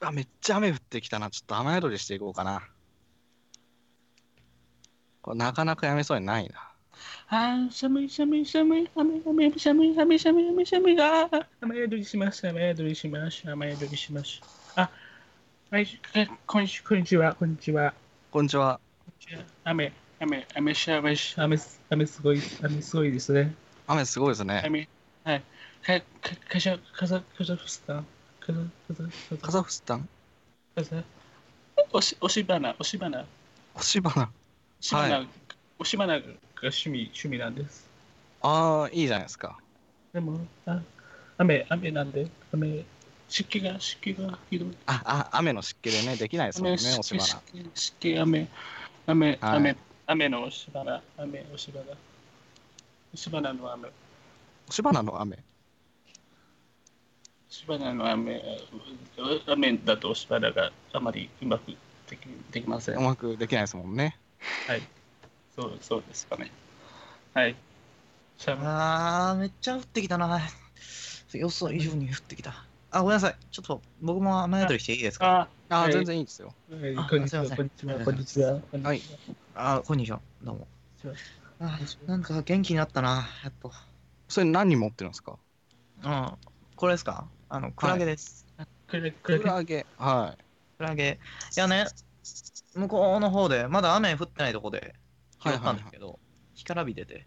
わ、めっちゃ雨降ってきたな。ちょっと雨宿りしていこうかな。これなかなかやめそうにないな。 寒い寒い寒い寒い寒い寒い寒い寒い寒い寒い雨宿りします雨宿りします雨宿りします。あ、はい、こんにちはこんにちは。 こんにちは。 雨すごいですね。 雨すごいですね。 はい。カザフスタン。 カザフスタン押し花。 押し花。はい。 押し花が趣味なんです。 ああ、いいじゃないですか。 でも、雨なんで、湿気がひどい。 雨の湿気でね、できないですもんね、押し花。 湿気、 はい。 雨の押し花、押し花の雨。 押し花の雨。 押し花の雨だと押し花があまりうまくできません。 うまくできないですもんね。 はい。そうですかね。はい。 めっちゃ降ってきたな。予想以上に降ってきた。ごめんなさい。ちょっと僕も雨宿りしていいですか？ 全然いいですよ。 こんにちは。こんにちは。 はい。 こんにちは。どうも。なんか元気になったな、やっと。 それ何持ってるんですか？ これですか？クラゲです。 クラゲ。はい。 クラゲ。いやね、向こうの方で、まだ雨降ってないとこで拾ったんですけど、干からびてて。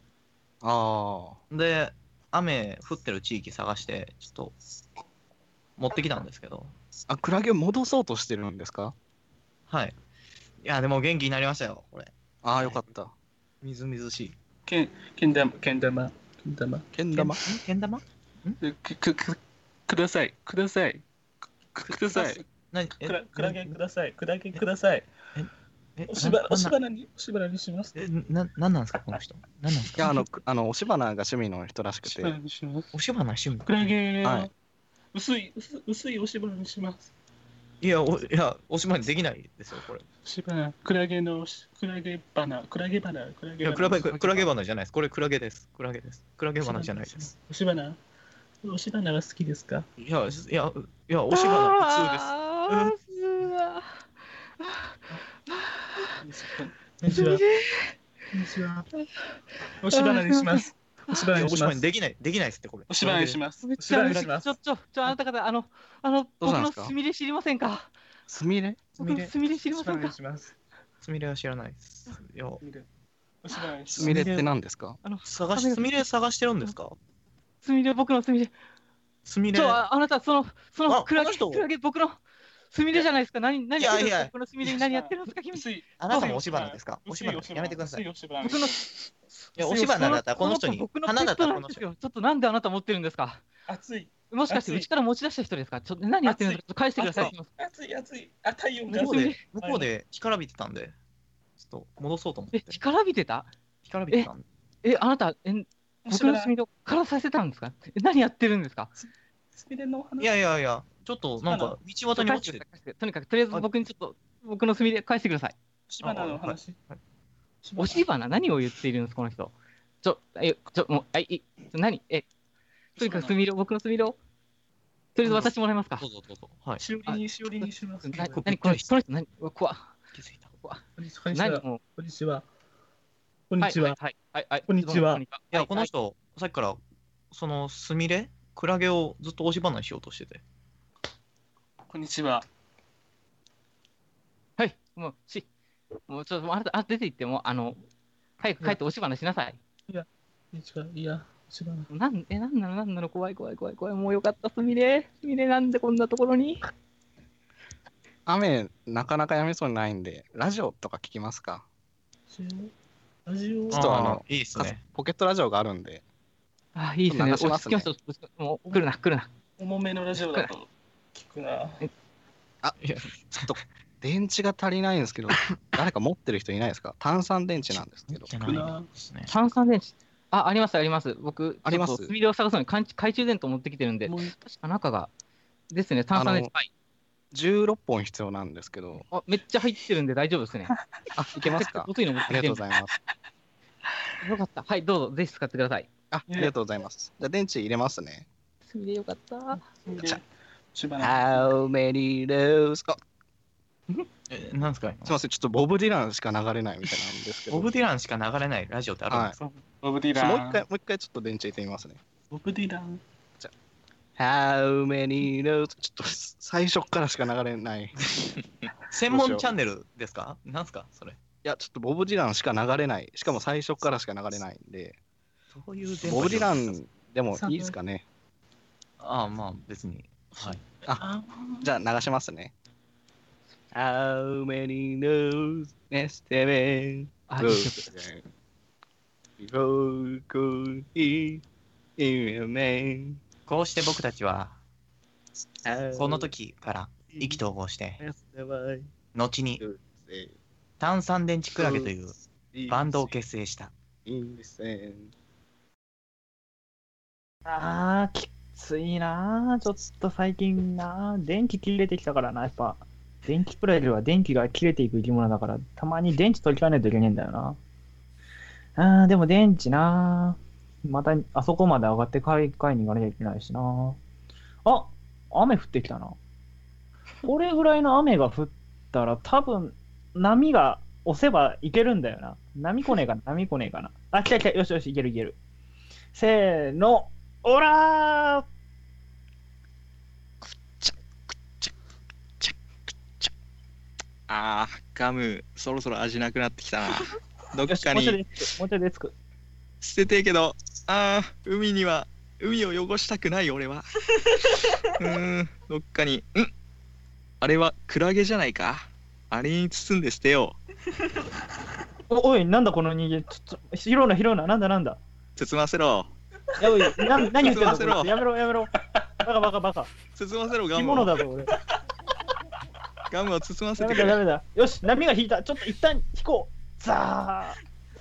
で、雨降ってる地域探して、ちょっと、持ってきたんですけど。 クラゲを戻そうとしてるんですか？ はい。いや、でも元気になりましたよ、これ。 よかった。 みずみずしい。 けん玉ください。クラゲください。押し花にします。 なんなんですか、この人。なんなんですか。 押し花が趣味の人らしくて。 押し花趣味。 クラゲを薄い押し花にします。 いや、押し花できないですよ、これ。 クラゲ花。クラゲ花じゃないです。これクラゲです。クラゲ花じゃないです。 押し花が好きですか？ いや、押し花普通です。 こんにちは。押し花にします。押し花できないですってこれ。 押し花にします。 あなた方、僕のすみれ知りませんか？ すみれ知りませんか？ すみれは知らないです。 すみれって何ですか？ すみれ探してるんですか？ すみれ、僕のすみれ。あなた、そのクラゲ、僕のすみれじゃないですか。何やってるんですか？僕のすみれに何やってるんですか、君。 あなたも押し花ですか？押し花やめてください。 僕の押し花だったらこの人に。花だったらこの人。 ちょっとなんであなた持ってるんですか？ 熱い。 もしかしてうちから持ち出した人ですか？ちょっと何やってるんですか？返してください。 熱い。太陽が向こうで干からびてたんで、ちょっと戻そうと思って。 干からびてたんで。あなた、僕のすみれを枯させたんですか？何やってるんですか？ すみれの花。 いや、ちょっとなんか道端に落ちてる。 とりあえず僕にちょっと僕のすみれ返してください。 押し花の話。 押し花、何を言っているんです、この人。もう、何とにかくすみれを、僕のすみれを、とりあえず渡してもらえますか？ どうぞ。はい。 しおりにします。 何この人、何怖っ。 気づいた。 何もう。 こんにちは。こんにちは。 いや、この人、さっきから、そのすみれクラゲをずっと押し花にしようとしてて。 こんにちは。 はい、もうちょっとあなた出て行っても早く帰って押し花しなさい。 いや、押し花。 なんなの怖い。もうよかった、すみれなんでこんなところに。 雨なかなかやめそうにないんで、ラジオとか聞きますか？ ラジオ。 ちょっといいですね。 ポケットラジオがあるんで。 いいですね。落ち着きましょう。もう来るな。 重めのラジオだと聞くな。 ちょっと電池が足りないんですけど、誰か持ってる人いないですか？炭酸電池なんですけど。 炭酸電池。あります。僕、 あります。 すみれを探すのに懐中電灯持ってきてるんで、確か中がですね、炭酸電池。 16本必要なんですけど。 めっちゃ入ってるんで大丈夫ですね。 いけますか？ ありがとうございます。 よかった。はい、どうぞ、ぜひ使ってください。 ありがとうございます。じゃあ電池入れますね。 すみれよかった。 しばら How many rows? あ、 なんすかすみません、ちょっとボブ・ディランしか流れないみたいなんですけど。 ボブ・ディランしか流れないラジオってあるんですか？ く。ボブ・ディちょラン。 もう一回ちょっと電池入れてみますね。 ボブ・ディラン。 How many rows? ちょっと最初からしか流れない。い専門チャンネルですか？なんすかそれ。 や、ちょっとボブ・ディランしか流れない。しかも最初からしか流れないんで、 そういう電波ボブ・ディラ状況ですンでもいいですかね。 ああ、まあ別に。はい。 じゃあ流しますね。How many rows? Yesterday. あ、いい曲。 Before could he hear me? こうして僕たちは、この時から意気投合して、後に炭酸電池クラゲというバンドを結成した。 あー、きついなー。ちょっと最近なー。電気切れてきたからな、やっぱ。電気プラゲは電気が切れていく生き物だから、たまに電池取り替えないといけないんだよな。でも電池なー。また、あそこまで上がって買いに行かなきゃいけないしな。あ、雨降ってきたな。これぐらいの雨が降ったら、多分、波が押せばいけるんだよな。波来ねえかな。あ、来た。よし、いける。せーの。オラー。 あー、ガム、そろそろ味なくなってきたな。どっよし、 かもうちょいにでつく。 捨ててえけど、海を汚したくない俺は。どっかに、あれはクラゲじゃないか。あれに包んで捨てよう。 おい、なんだこの人間。拾うな。なんだ。 包ませろ。 おい、何言ってんの包ませろこいつやめろ。バカ。 包ませろ、ガ生きムを。 物だぞ、俺。 ガムを包ませダてくれ。 メだ。よし、波が引いた。ちょっと一旦引こう。ザ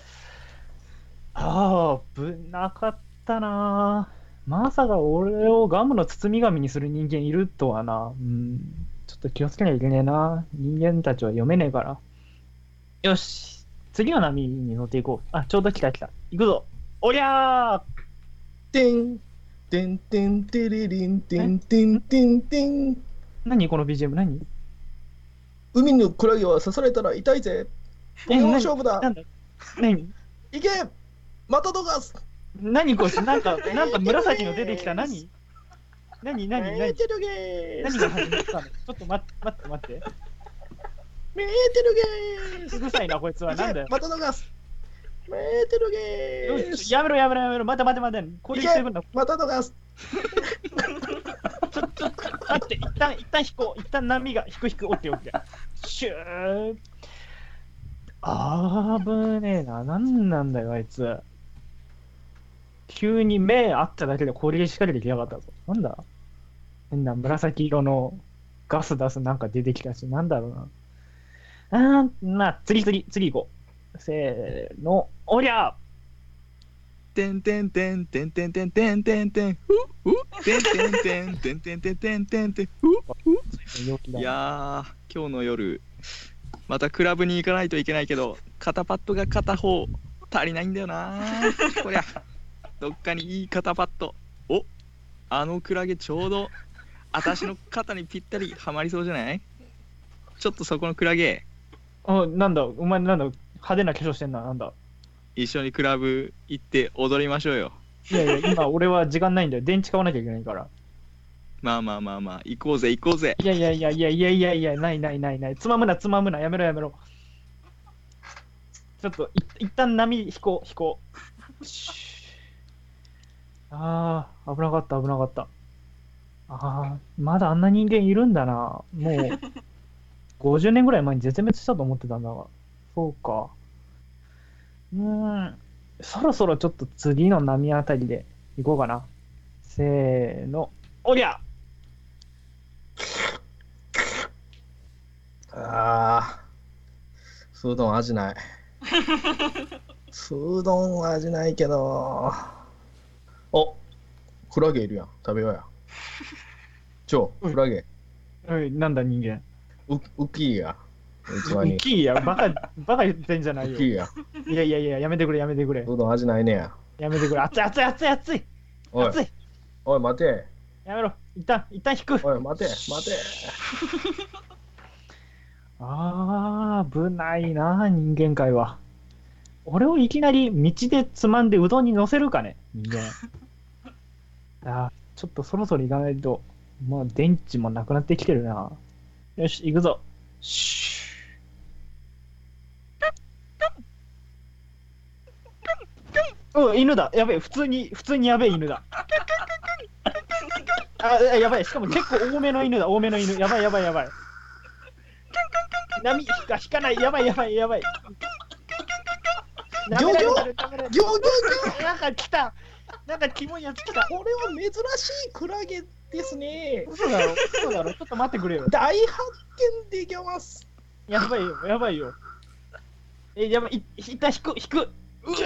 ー。危なかったな。まさか俺をガムの包み紙にする人間いるとはな。ちょっと気をつけなきゃいけねえな。人間たちは読めねえから。よし。次の波に乗っていこう。あ、ちょうど来た。行くぞ。おりゃー。 てんてんてんてれりんてんてんてんてん。 何この BGM 何？ 海のクラゲは刺されたら痛いぜ。ポケモン勝負だ。 なんだ何いけマタドガス。 何こいつなんか紫の出てきた。何メーテルゲース。 何が始まったの？ちょっと待って。 メーテルゲース。 うるさいなこいつは。なんだよ。 マタドガス。メーテルゲース。 やめろ。待て。これ言ってくんだ。 マタドガス。 ちょっと待って。一旦引こう。一旦波が引く。オッケー。シュー。ぶねえな。なんなんだよ、あいつ。急に目あっただけで攻撃仕掛けてきやがったぞ。なんだ変な紫色のガス出すなんか出てきたし、なんだろうな。まあ、次行こう。せーの、おりゃてんてんてんてんてんてんてんてんてんふてんてんてんてんてんてんてんてんてんいやー、今日の夜またクラブに行かないといけないけど、肩パッドが片方足りないんだよな。こりゃどっかにいい肩パッド。あのクラゲちょうど私の肩にぴったりはまりそうじゃない？ちょっとそこのクラゲ。 なんだ、お前なんだ、派手な化粧してんな、なんだ。 一緒にクラブ行って踊りましょうよ。 いや、今俺は時間ないんだよ。電池買わなきゃいけないから。 まあ、行こうぜ。 いや、ない。つまむな、やめろ。ちょっと、一旦波引こう。危なかった。まだあんな人間いるんだな。もう、50年ぐらい前に絶滅したと思ってたんだが。そうか。そろそろちょっと次の波あたりで行こうかな。せーの、おりゃ！ スードン味ない。スードンは味ないけど。クラゲいるやん。食べようや。クラゲ。 おい、なんだ人間。 ウキーや。 ウキーや、バカ言ってんじゃないよ。 ウキーや。 いや、やめてくれ。 スードン味ないねや。 やめてくれ。熱い。 おい、待て。 やめろ。 一旦引く。 おい、待て。 危ないな、人間界は。俺をいきなり道でつまんでうどんに乗せるかね、人間。ちょっとそろそろ行かないと、まあ電池もなくなってきてるな。よし、行くぞ。犬だ。やべえ、普通にやべえ犬だ。やばい。しかも結構多めの犬だ。やばい。波が引かない。やばい。 ギョギョなんか来た。なんかキモいやつ来た。 これは珍しいクラゲですね。 嘘だろ。ちょっと待ってくれよ。 大発見できます。 やばいよ。やばい。一旦引く。 ギョギョ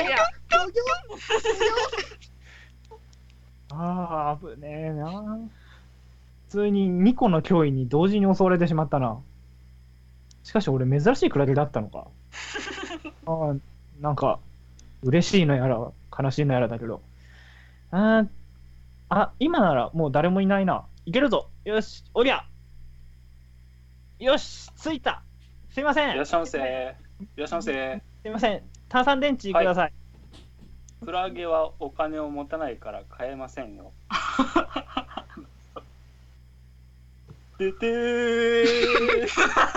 危ねえな。普通に2個の脅威に同時に襲われてしまったな。しかし俺珍しいクラゲだったのか。なんか嬉しいのやら悲しいのやらだけど。今ならもう誰もいないな。いけるぞ。よし、おりゃ。よし、着いた。すいません。 いらっしゃいませ。 すいません。炭酸電池ください。 クラゲはお金を持たないから買えませんよ。でてー。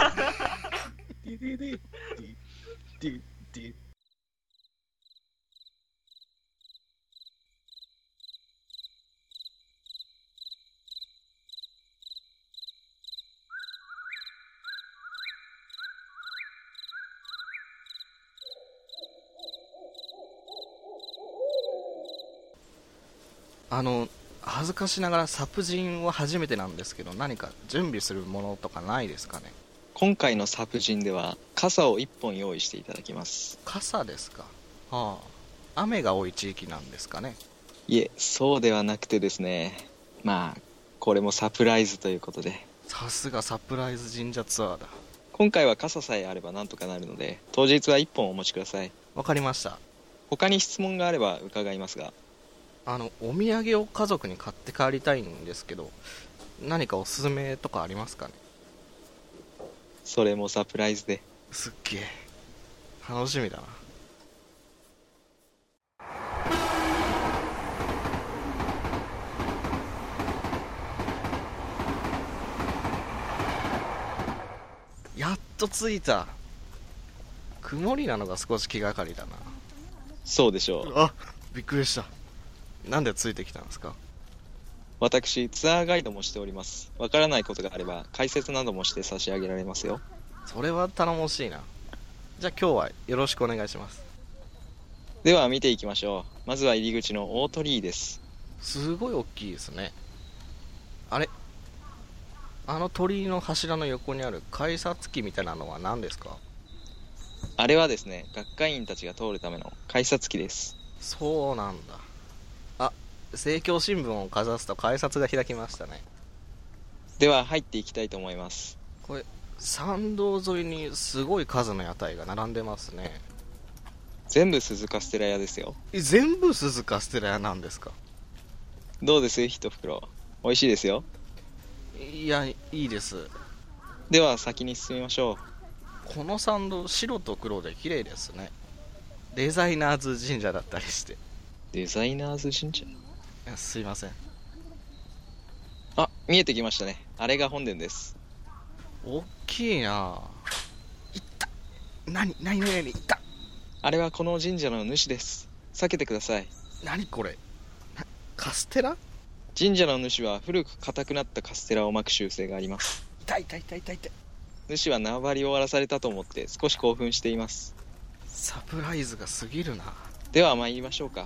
恥ずかしながらサプ人は初めてなんですけど、何か準備するものとかないですかね。 今回のサプ人では傘を1本用意していただきます。 傘ですか。雨が多い地域なんですかね。 いえ、そうではなくてですね、まあこれもサプライズということで。 さすがサプライズ神社ツアーだ。 今回は傘さえあればなんとかなるので、当日は1本お持ちください。 わかりました。 他に質問があれば伺いますが。 お土産を家族に買って帰りたいんですけど、何かおすすめとかありますかね。 それもサプライズで。 すっげえ楽しみだな。やっと着いた。曇りなのが少し気がかりだな。 そうでしょう。 びっくりした。なんでついてきたんですか。 私ツアーガイドもしております。わからないことがあれば解説などもして差し上げられますよ。 それは頼もしいな。じゃあ今日はよろしくお願いします。 では見ていきましょう。まずは入り口の大鳥居です。 すごい大きいですね。あれ、鳥居の柱の横にある改札機みたいなのは何ですか。 あれはですね、学会員たちが通るための改札機です。 そうなんだ。政教新聞をかざすと改札が開きましたね。 では入っていきたいと思います。 これ参道沿いにすごい数の屋台が並んでますね。 全部鈴カステラ屋ですよ。 全部鈴カステラ屋なんですか。 どうです一袋。美味しいですよ。 いや、いいです。 では先に進みましょう。この参道白と黒で綺麗ですね。デザイナーズ神社だったりして。 デザイナーズ神社。 すいません。 見えてきましたね。あれが本殿です。 おっきいな。いった。何いった。 あれはこの神社の主です。避けてください。 何これ。カステラ。 神社の主は古く硬くなったカステラを巻く習性があります。 痛い。 主は縄張りを終わらされたと思って少し興奮しています。 サプライズが過ぎるな。 では参りましょうか。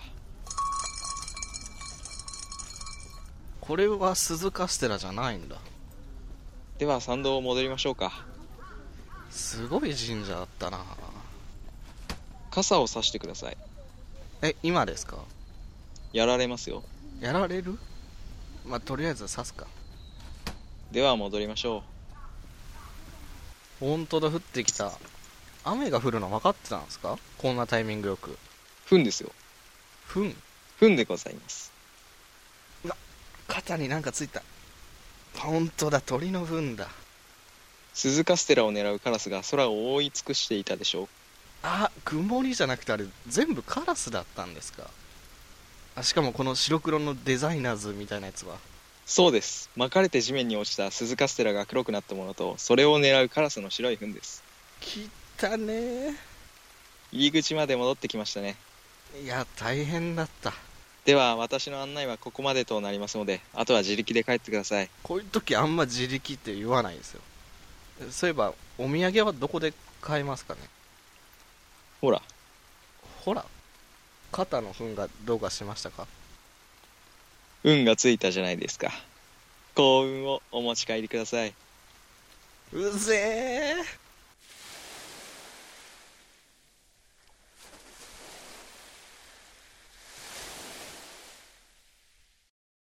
これは鈴カステラじゃないんだ。 では参道を戻りましょうか。 すごい神社だったな。 傘を差してください。 今ですか。 やられますよ。 やられる。とりあえず差すか。 では戻りましょう。本当だ、降ってきた。雨が降るの分かってたんですか。こんなタイミングよく。 ふんですよ。 ふんでございます。 肩になんかついた。 ほんとだ、鳥の糞だ。 鈴カステラを狙うカラスが空を覆い尽くしていたでしょう。 あ、曇りじゃなくてあれ全部カラスだったんですか。しかもこの白黒のデザイナーズみたいなやつは。 そうです。巻かれて地面に落ちた鈴カステラが黒くなったものと、それを狙うカラスの白い糞です。 きったねー。 入り口まで戻ってきましたね。 いや、大変だった。 では私の案内はここまでとなりますので、あとは自力で帰ってください。 こういう時あんま自力って言わないですよ。そういえばお土産はどこで買えますかね。 ほら肩の糞がどうかしましたか。 運がついたじゃないですか。幸運をお持ち帰りください。 うぜー。